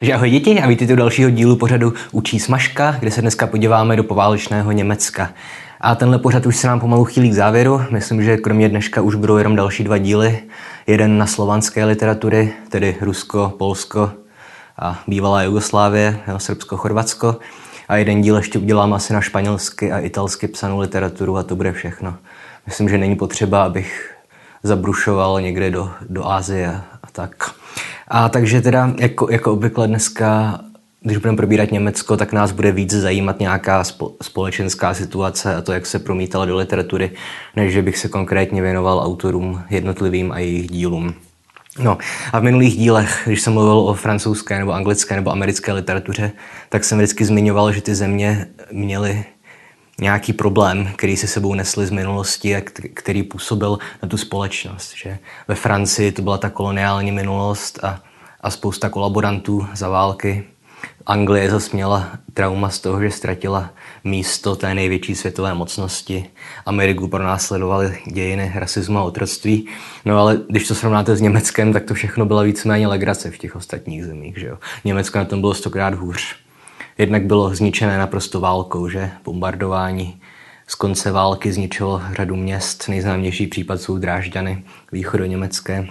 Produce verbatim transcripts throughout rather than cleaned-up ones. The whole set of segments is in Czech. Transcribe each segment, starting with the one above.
Takže ahoj děti a vítejte u dalšího dílu pořadu Učí Smažka, kde se dneska podíváme do poválečného Německa. A tenhle pořad už se nám pomalu chýlí k závěru. Myslím, že kromě dneška už budou jenom další dva díly. Jeden na slovanské literatury, tedy Rusko, Polsko a bývalá Jugoslávie, Srbsko, Chorvatsko. A jeden díl ještě udělám asi na španělsky a italsky psanou literaturu a to bude všechno. Myslím, že není potřeba, abych zabrušoval někde do, do Asie a tak. A takže teda, jako, jako obvykle dneska, když budeme probírat Německo, tak nás bude víc zajímat nějaká spo, společenská situace a to, jak se promítala do literatury, než že bych se konkrétně věnoval autorům jednotlivým a jejich dílům. No a v minulých dílech, když jsem mluvil o francouzské nebo anglické nebo americké literatuře, tak jsem vždycky zmiňoval, že ty země měly nějaký problém, který si sebou nesli z minulosti a který působil na tu společnost. Že ve Francii to byla ta koloniální minulost a, a spousta kolaborantů za války. Anglie zase měla trauma z toho, že ztratila místo té největší světové mocnosti. Ameriku pronásledovaly dějiny rasismu a otroctví. No ale když to srovnáte s Německem, tak to všechno byla víceméně legrace v těch ostatních zemích. Že jo? Německo na tom bylo stokrát hůř. Jednak bylo zničené naprosto válkou, že bombardování z konce války zničilo řadu měst. Nejznámější případ jsou Drážďany východoněmecké.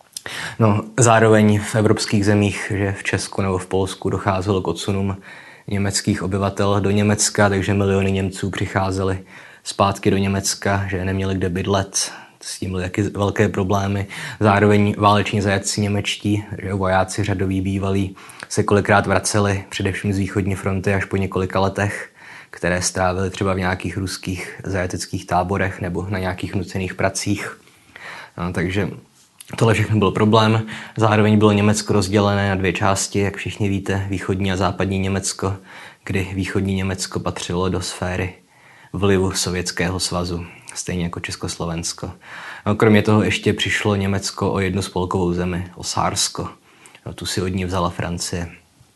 No, zároveň v evropských zemích, že v Česku nebo v Polsku docházelo k odsunům německých obyvatel do Německa, takže miliony Němců přicházeli zpátky do Německa, že neměli kde bydlet. S tím byly taky velké problémy. Zároveň váleční zajatci němečtí, že vojáci řadoví bývalí, se kolikrát vraceli, především z východní fronty až po několika letech, které strávili třeba v nějakých ruských zajateckých táborech nebo na nějakých nucených pracích. No, takže tohle všechno byl problém. Zároveň bylo Německo rozdělené na dvě části, jak všichni víte, východní a západní Německo, kdy východní Německo patřilo do sféry vlivu Sovětského svazu, stejně jako Československo. No, kromě toho ještě přišlo Německo o jednu spolkovou zemi, o Sársko. No, tu si od ní vzala Francie.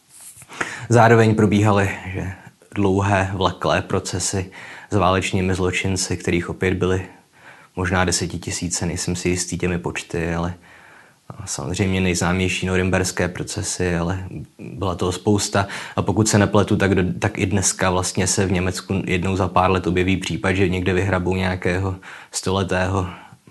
Zároveň probíhaly že dlouhé, vleklé procesy s válečnými zločinci, kterých opět byly možná desetitisíce, nejsem si jistý těmi počty, ale samozřejmě nejznámější norimberské procesy, ale byla toho spousta. A pokud se nepletu, tak, do, tak i dneska vlastně se v Německu jednou za pár let objeví případ, že někde vyhrabou nějakého stoletého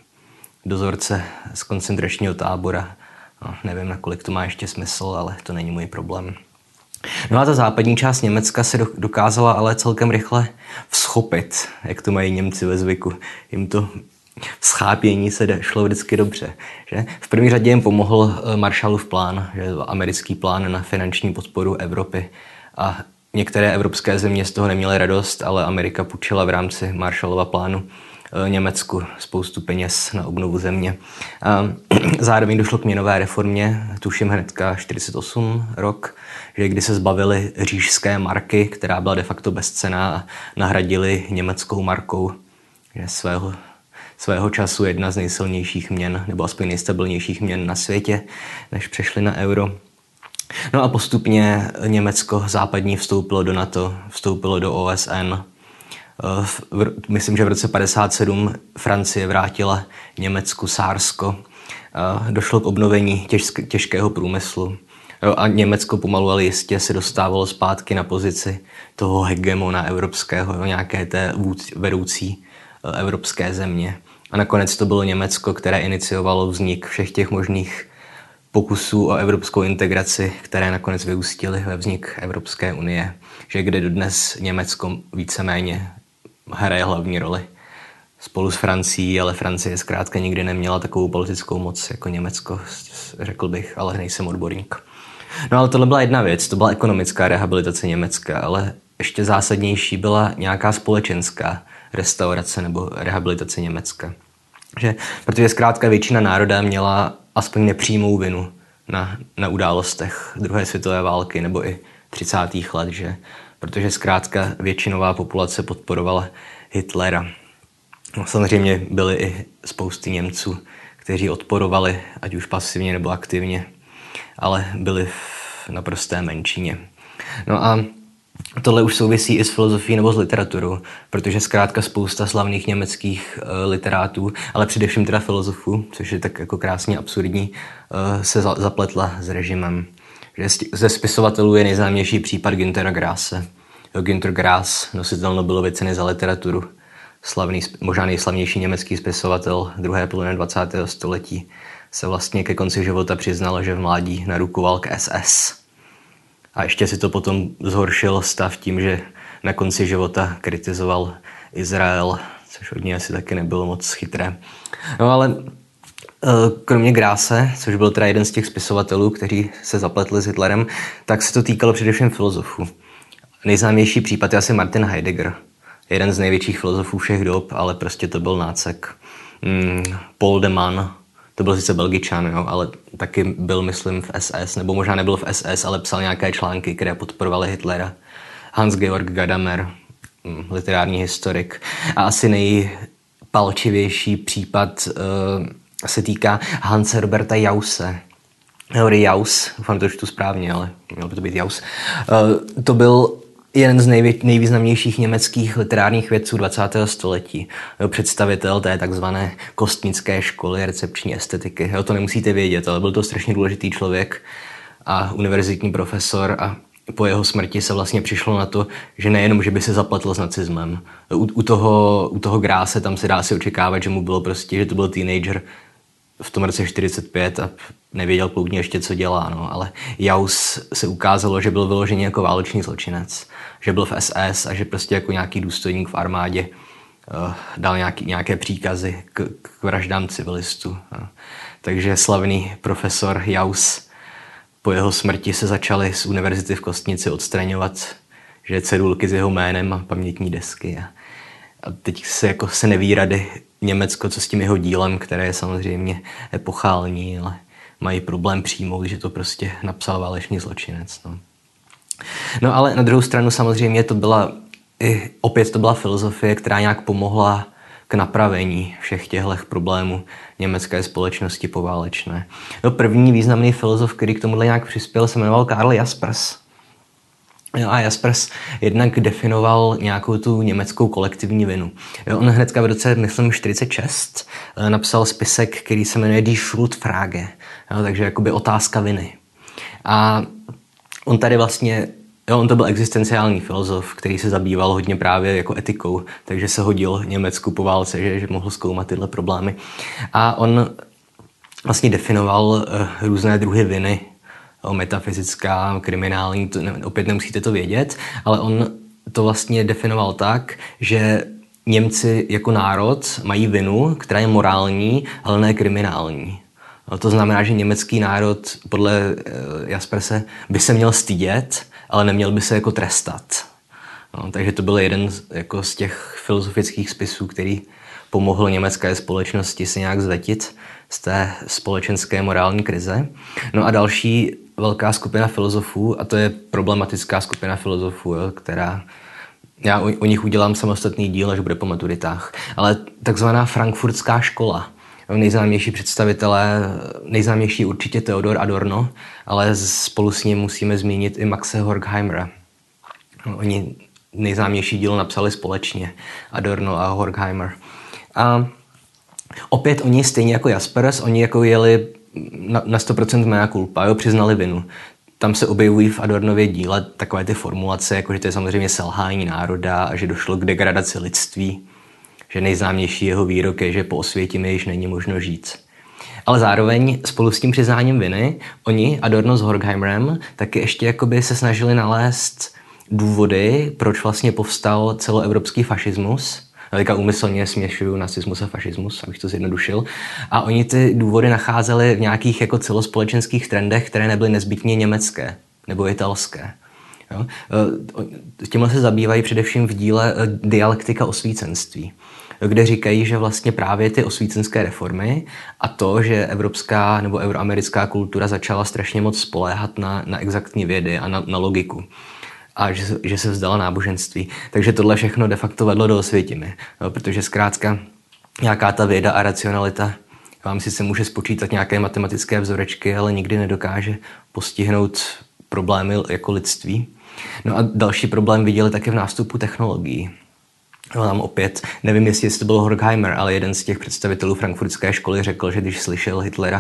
dozorce z koncentračního tábora. No, nevím, nakolik to má ještě smysl, ale to není můj problém. No a ta západní část Německa se dokázala ale celkem rychle vzchopit, jak to mají Němci ve zvyku. Jim to schápění se šlo vždycky dobře. Že? V první řadě jim pomohl Marshallův plán, že? Americký plán na finanční podporu Evropy. A některé evropské země z toho neměly radost, ale Amerika půjčila v rámci Marshallova plánu Německu spoustu peněz na obnovu země. A zároveň došlo k měnové reformě, tuším hnedka čtyřicet osm rok, že kdy se zbavili říšské marky, která byla de facto bezcenná a nahradili německou markou, že svého, svého času jedna z nejsilnějších měn, nebo aspoň nejstabilnějších měn na světě, než přešli na euro. No a postupně Německo západní vstoupilo do NATO, vstoupilo do O S N. Myslím, že v roce padesát sedm Francie vrátila Německu Sársko. Došlo k obnovení těžk- těžkého průmyslu. A Německo pomalu, ale jistě se dostávalo zpátky na pozici toho hegemona evropského, nějaké té vedoucí evropské země. A nakonec to bylo Německo, které iniciovalo vznik všech těch možných pokusů o evropskou integraci, které nakonec vyústily ve vznik Evropské unie. Že kde dodnes Německo víceméně hraje hlavní roli spolu s Francií, ale Francie zkrátka nikdy neměla takovou politickou moc jako Německo, řekl bych, ale nejsem odborník. No ale tohle byla jedna věc, to byla ekonomická rehabilitace Německa, ale ještě zásadnější byla nějaká společenská restaurace nebo rehabilitace Německa. Že, protože zkrátka většina národa měla aspoň nepřímou vinu na, na událostech druhé světové války nebo i třicátých let, že? Protože zkrátka většinová populace podporovala Hitlera. No, samozřejmě byly i spousty Němců, kteří odporovali, ať už pasivně nebo aktivně, ale byli v naprosté menšině. No a tohle už souvisí i s filozofií nebo s literaturou, protože zkrátka spousta slavných německých uh, literátů, ale především teda filozofů, což je tak jako krásně absurdní, uh, se za- zapletla s režimem. že ze spisovatelů je nejznámější případ Günthera Grasse. Günter Grass, nositel Nobelovy ceny za literaturu, slavný, možná nejslavnější německý spisovatel druhé poloviny dvacátého století, se vlastně ke konci života přiznal, že v mládí narukoval k S S. A ještě si to potom zhoršil stav tím, že na konci života kritizoval Izrael, což od něj asi taky nebylo moc chytré. No ale kromě Grasse, což byl teda jeden z těch spisovatelů, kteří se zapletli s Hitlerem, tak se to týkalo především filozofů. Nejznámější případ je asi Martin Heidegger, jeden z největších filozofů všech dob, ale prostě to byl nácek. Hmm, Paul de Man, to byl sice Belgičan, jo, ale taky byl, myslím, v S S, nebo možná nebyl v S S, ale psal nějaké články, které podporovaly Hitlera. Hans-Georg Gadamer, hmm, literární historik. A asi nejpalčivější případ uh, se týká Hanse Roberta Jause. Henry Jaus, doufám, to čtu správně, ale mělo by to být Jaus. Uh, to byl jeden z nejvě- nejvýznamnějších německých literárních vědců dvacátého století. Jo, představitel té takzvané kostnické školy recepční estetiky. Jo, to nemusíte vědět, ale byl to strašně důležitý člověk a univerzitní profesor a po jeho smrti se vlastně přišlo na to, že nejenom, že by se zapletl s nacismem. U, u toho, u toho Grasse tam se dá si očekávat, že mu bylo prostě, že to byl teenager v tom roce čtyřicet pět a nevěděl ploudně ještě, co dělá, no, ale Jaus se ukázalo, že byl vyloženě jako válečný zločinec, že byl v S S a že prostě jako nějaký důstojník v armádě uh, dal nějaký, nějaké příkazy k, k vraždám civilistů. No. Takže slavný profesor Jaus po jeho smrti se začaly z univerzity v Kostnici odstraňovat, že cedulky s jeho jménem a pamětní desky. A, a teď se, jako, se neví rady Německo, co s tím jeho dílem, které je samozřejmě epochální, ale mají problém přijmout, že to prostě napsal válečný zločinec. No. no ale na druhou stranu samozřejmě to byla, i opět to byla filozofie, která nějak pomohla k napravení všech těchto problémů německé společnosti poválečné. No, první významný filozof, který k tomuhle nějak přispěl, se jmenoval Karl Jaspers. Jo, a Jaspers jednak definoval nějakou tu německou kolektivní vinu. Jo, on hnedka v roce, myslím, čtyřicet šest napsal spisek, který se jmenuje Die Schuldfrage, jo, takže jakoby otázka viny. A on tady vlastně, jo, on to byl existenciální filozof, který se zabýval hodně právě jako etikou, takže se hodil Německu po válce, že, že mohl zkoumat tyhle problémy. A on vlastně definoval uh, různé druhy viny, metafyzická, kriminální, to ne, opět nemusíte to vědět, ale on to vlastně definoval tak, že Němci jako národ mají vinu, která je morální, ale ne kriminální. No, to znamená, že německý národ podle Jasperse by se měl stydět, ale neměl by se jako trestat. No, takže to byl jeden z, jako z těch filozofických spisů, který pomohl německé společnosti se nějak zvetit z té společenské morální krize. No a další velká skupina filozofů, a to je problematická skupina filozofů, jo, která, já o, o nich udělám samostatný díl, až bude po maturitách, ale takzvaná frankfurtská škola. Jo, nejznámější představitelé, nejznámější určitě Theodor Adorno, ale spolu s ním musíme zmínit i Maxe Horkheimera. No, oni nejznámější dílo napsali společně, Adorno a Horkheimer. A opět oni stejně jako Jaspers, oni jako jeli na, na sto procent mea culpa, jo, přiznali vinu. Tam se objevují v Adornově díle takové ty formulace, jako že to je samozřejmě selhání národa a že došlo k degradaci lidství, že nejznámější jeho výrok je, že po Osvětimi již není možno žít. Ale zároveň spolu s tím přiznáním viny, oni, Adorno s Horkheimerem, taky ještě jakoby se snažili nalézt důvody, proč vlastně povstal celoevropský fašismus. Teďka úmyslně směšuju nacismus a fašismus, abych to zjednodušil. A oni ty důvody nacházeli v nějakých jako celospolečenských trendech, které nebyly nezbytně německé nebo italské. Jo? Tímhle se zabývají především v díle Dialektika osvícenství, kde říkají, že vlastně právě ty osvícenské reformy a to, že evropská nebo euroamerická kultura začala strašně moc spoléhat na, na exaktní vědy a na, na logiku, a že, že se vzdala náboženství. Takže tohle všechno de facto vedlo do Osvětimi, no, protože zkrátka nějaká ta věda a racionalita vám sice může spočítat nějaké matematické vzorečky, ale nikdy nedokáže postihnout problémy jako lidství. No a další problém viděli také v nástupu technologií. No, tam opět, nevím, jestli to byl Horkheimer, ale jeden z těch představitelů frankfurtské školy řekl, že když slyšel Hitlera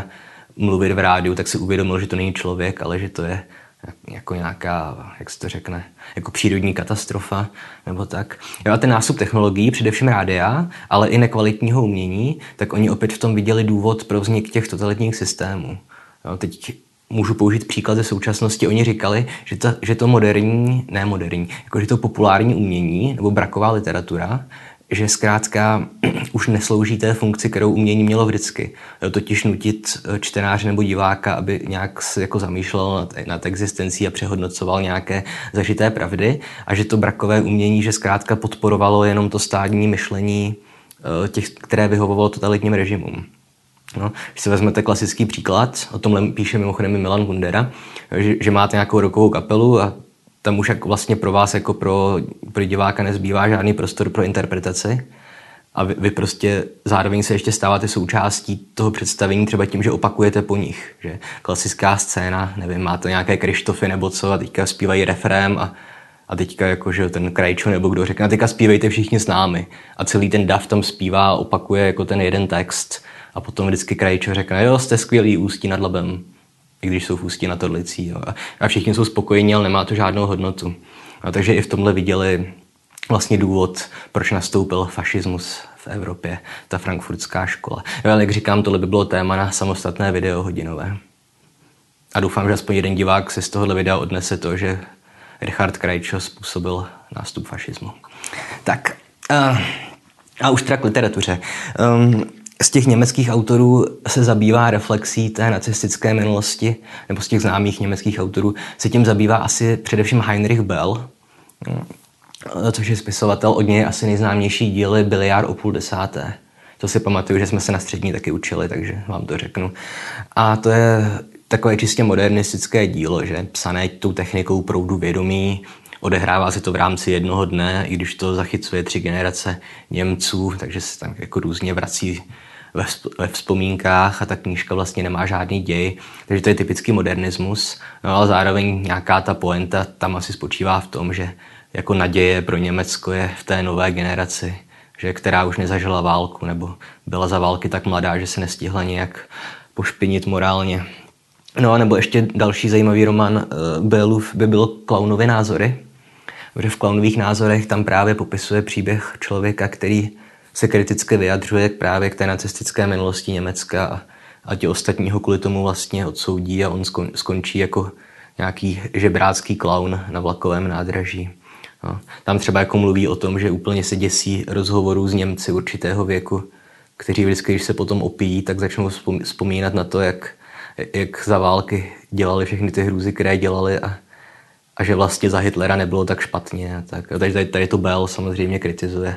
mluvit v rádiu, tak si uvědomil, že to není člověk, ale že to je jako nějaká, jak se to řekne, jako přírodní katastrofa, nebo tak. Jo, a ten nástup technologií, především rádia, ale i nekvalitního umění, tak oni opět v tom viděli důvod pro vznik těch totalitních systémů. Jo, teď můžu použít příklad ze současnosti. Oni říkali, že to, že to moderní, ne moderní, jako že to populární umění, nebo braková literatura, že zkrátka už neslouží té funkci, kterou umění mělo vždycky. Totiž nutit čtenáře nebo diváka, aby nějak se jako zamýšlel nad, nad existencí a přehodnocoval nějaké zažité pravdy, a že to brakové umění, že zkrátka podporovalo jenom to stádní myšlení těch, které vyhovovalo totalitním režimům. No, když si vezmete klasický příklad, o tomhle píše mimochodem i Milan Kundera, že, že máte nějakou rockovou kapelu a tam už jako vlastně pro vás jako pro, pro diváka nezbývá žádný prostor pro interpretaci a vy, vy prostě zároveň se ještě stáváte součástí toho představení třeba tím, že opakujete po nich. Že klasická scéna, nevím, máte nějaké Krištofy nebo co a teďka zpívají refrém a, a teďka jako, že ten Krajčo nebo kdo řekne, a teďka zpívejte všichni s námi. A celý ten dav tam zpívá a opakuje jako ten jeden text a potom vždycky Krajčo řekne, jo, jste skvělý, Ústí nad Labem. I když jsou v Ústí nad Orlicí. Jo. A všichni jsou spokojení, ale nemá to žádnou hodnotu. A takže i v tomhle viděli vlastně důvod, proč nastoupil fašismus v Evropě, ta frankfurtská škola. Jo, ale jak říkám, tohle by bylo téma na samostatné video hodinové. A doufám, že aspoň jeden divák se z tohohle videa odnese to, že Richard Krajčo způsobil nástup fašismu. Tak, a, a už teda k literatuře. Um, Z těch německých autorů se zabývá reflexí té nacistické minulosti, nebo z těch známých německých autorů se tím zabývá asi především Heinrich Böll, což je spisovatel, od něj je asi nejznámější díly Biliard o půl desáté. To si pamatuju, že jsme se na střední taky učili, takže vám to řeknu. A to je takové čistě modernistické dílo, že psané tou technikou proudu vědomí, odehrává se to v rámci jednoho dne, i když to zachycuje tři generace Němců, takže se tam jako různě vrací ve vzpomínkách a ta knížka vlastně nemá žádný děj, takže to je typický modernismus, no ale zároveň nějaká ta poenta tam asi spočívá v tom, že jako naděje pro Německo je v té nové generaci, že která už nezažila válku nebo byla za války tak mladá, že se nestihla nějak pošpinit morálně. No a nebo ještě další zajímavý román uh, Böllův by byl Klaunovy názory, protože v Klaunových názorech tam právě popisuje příběh člověka, který se kriticky vyjadřuje právě k té nacistické minulosti Německa a, a ti ostatní ho kvůli tomu vlastně odsoudí a on skon, skončí jako nějaký žebrácký klaun na vlakovém nádraží. No. Tam třeba jako mluví o tom, že úplně se děsí rozhovorů s Němci určitého věku, kteří vždycky, když se potom opijí, tak začnou vzpomínat na to, jak, jak za války dělali všechny ty hrůzy, které dělali a, a že vlastně za Hitlera nebylo tak špatně. A tak. A takže tady, tady to Böll samozřejmě kritizuje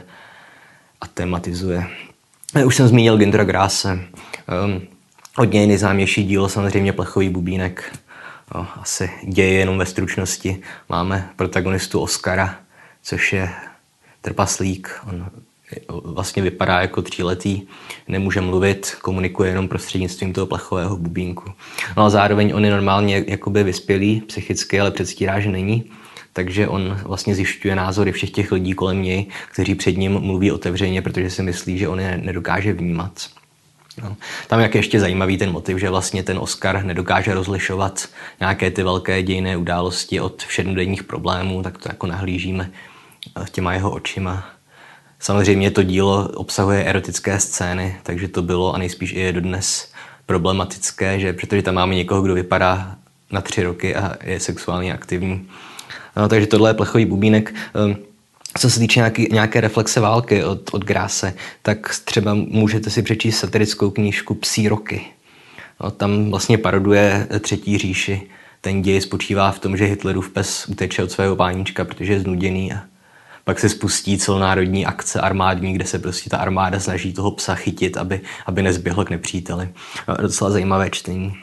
a tematizuje. Už jsem zmínil Günthera Grasse. Um, od něj nejznámější dílo samozřejmě Plechový bubínek. No, asi děje jenom ve stručnosti. Máme protagonistu Oskara, což je trpaslík. On vlastně vypadá jako tříletý, nemůže mluvit, komunikuje jenom prostřednictvím toho plechového bubínku. No a zároveň on je normálně jakoby vyspělý psychicky, ale předstírá, že není. Takže on vlastně zjišťuje názory všech těch lidí kolem něj, kteří před ním mluví otevřeně, protože si myslí, že on je nedokáže vnímat. No. Tam jak je ještě zajímavý ten motiv, že vlastně ten Oskar nedokáže rozlišovat nějaké ty velké dějinné události od všednodenních problémů, tak to jako nahlížíme těma jeho očima. Samozřejmě to dílo obsahuje erotické scény, takže to bylo a nejspíš i je dodnes problematické, že protože tam máme někoho, kdo vypadá na tři roky a je sexuálně aktivní. No, takže tohle je Plechový bubínek. Co se týče nějaký, nějaké reflexe války od, od Grasse, tak třeba můžete si přečíst satirickou knížku Psí roky. No, tam vlastně paroduje Třetí říši. Ten děj spočívá v tom, že Hitlerův pes uteče od svého páníčka, protože je znuděný a pak se spustí celonárodní akce armádní, kde se prostě ta armáda snaží toho psa chytit, aby, aby nezběhl k nepříteli. No, docela zajímavé čtení.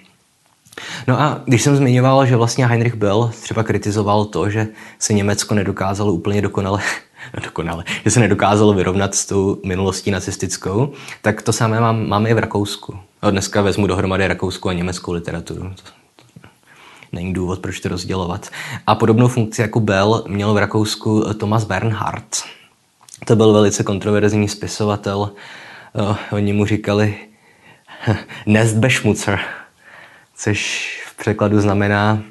No a když jsem zmiňoval, že vlastně Heinrich Böll třeba kritizoval to, že se Německo nedokázalo úplně dokonale, dokonale že se nedokázalo vyrovnat s tou minulostí nacistickou, tak to samé mám, máme i v Rakousku. A dneska vezmu dohromady rakouskou a německou literaturu. To, to není důvod, proč to rozdělovat. A podobnou funkci jako Böll měl v Rakousku Thomas Bernhard. To byl velice kontroverzní spisovatel. Uh, oni mu říkali Nestbeschmutzer. což v překladu znamená,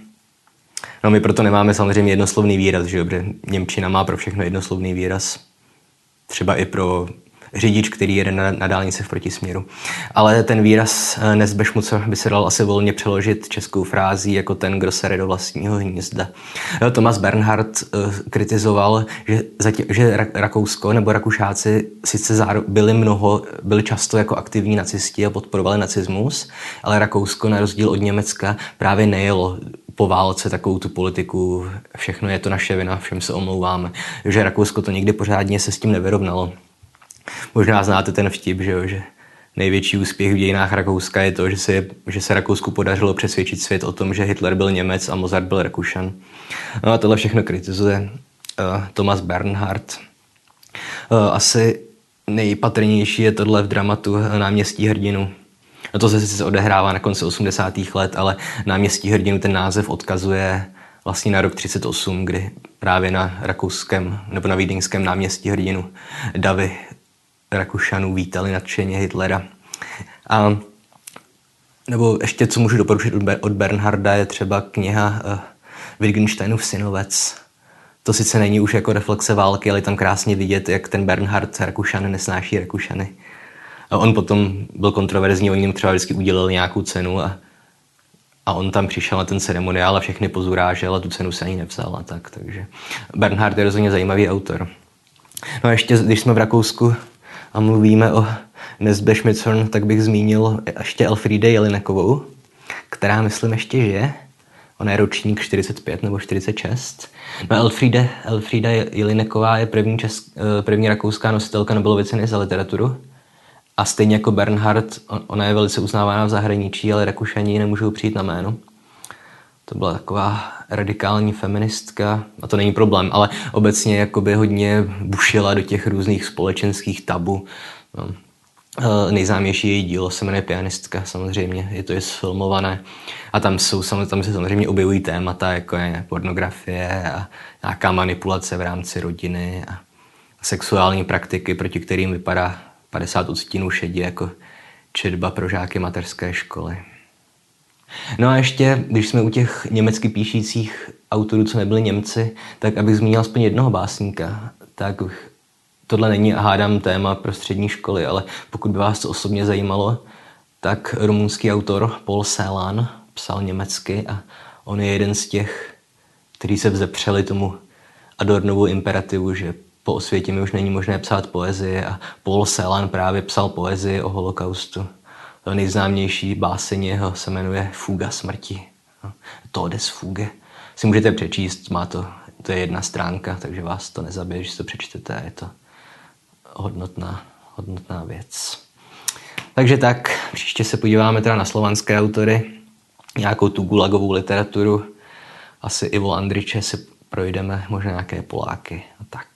no my proto nemáme samozřejmě jednoslovný výraz, že jo, protože němčina má pro všechno jednoslovný výraz. Třeba i pro řidič, který jede na, na dálnici v protisměru. Ale ten výraz nezbešmucer by se dal asi volně přeložit českou frází jako ten, kdo sere do vlastního hnízda. Thomas Bernhard uh, kritizoval, že, zatím, že Rakousko nebo Rakušáci sice záro, byli mnoho, byli často jako aktivní nacisti a podporovali nacismus, ale Rakousko na rozdíl od Německa právě nejelo po válce takovou tu politiku, všechno je to naše vina, všem se omlouváme. Že Rakousko to nikdy pořádně se s tím nevyrovnalo. Možná znáte ten vtip, že, jo, že největší úspěch v dějinách Rakouska je to, že se, že se Rakousku podařilo přesvědčit svět o tom, že Hitler byl Němec a Mozart byl Rakušan. No a tohle všechno kritizuje uh, Thomas Bernhard. Uh, asi nejpatrnější je tohle v dramatu Náměstí hrdinů. No to se sice odehrává na konci osmdesátých let, ale Náměstí hrdinů, ten název odkazuje vlastně na rok třicet osm, kdy právě na rakouském nebo na vídeňském Náměstí hrdinů davy Rakušanů vítali nadšeně Hitlera. A nebo ještě, co můžu doporučit od Bernharda, je třeba kniha uh, Wittgensteinův synovec. To sice není už jako reflexe války, ale je tam krásně vidět, jak ten Bernhard Rakušan nesnáší Rakušany. A on potom byl kontroverzní, oni jim třeba vždycky udělali nějakou cenu a, a on tam přišel na ten ceremoniál a všechny pozurážel a tu cenu se ani nevzal a tak. Takže Bernhard je rozhodně zajímavý autor. No a ještě, když jsme v Rakousku a mluvíme o Nesbešmicern, tak bych zmínil ještě Elfriede Jelinekovou, která myslím ještě žije. Ona je ročník čtyřicet pět nebo čtyřicet šest. No Elfriede, Elfrieda Jelineková je první, česk, první rakouská nositelka Nobelovy ceny za literaturu. A stejně jako Bernhard, ona je velice uznávána v zahraničí, ale Rakušani nemůžou přijít na jméno. To byla taková radikální feministka, a to není problém, ale obecně jakoby hodně bušila do těch různých společenských tabu. No. Nejznámější její dílo se jmenuje Pianistka, samozřejmě, je to i sfilmované. A tam, jsou, tam se samozřejmě objevují témata, jako je pornografie a nějaká manipulace v rámci rodiny a sexuální praktiky, proti kterým vypadá padesát odstínů šedi jako četba pro žáky mateřské školy. No a ještě, když jsme u těch německy píšících autorů, co nebyli Němci, tak abych zmínil aspoň jednoho básníka, tak tohle není, hádám, téma pro střední školy, ale pokud by vás to osobně zajímalo, tak rumunský autor Paul Celan psal německy a on je jeden z těch, kteří se vzepřeli tomu Adornovu imperativu, že po osvětě mi už není možné psát poezii a Paul Celan právě psal poezii o holokaustu. To nejznámější báseň jeho se jmenuje Fuga smrti. Todesfuge. Si můžete přečíst, má to, to je jedna stránka, takže vás to nezabije, že si to přečtete. Je to hodnotná, hodnotná věc. Takže tak, příště se podíváme teda na slovanské autory, nějakou tu gulagovou literaturu, asi Ivo Andriče si projdeme, možná nějaké Poláky a tak.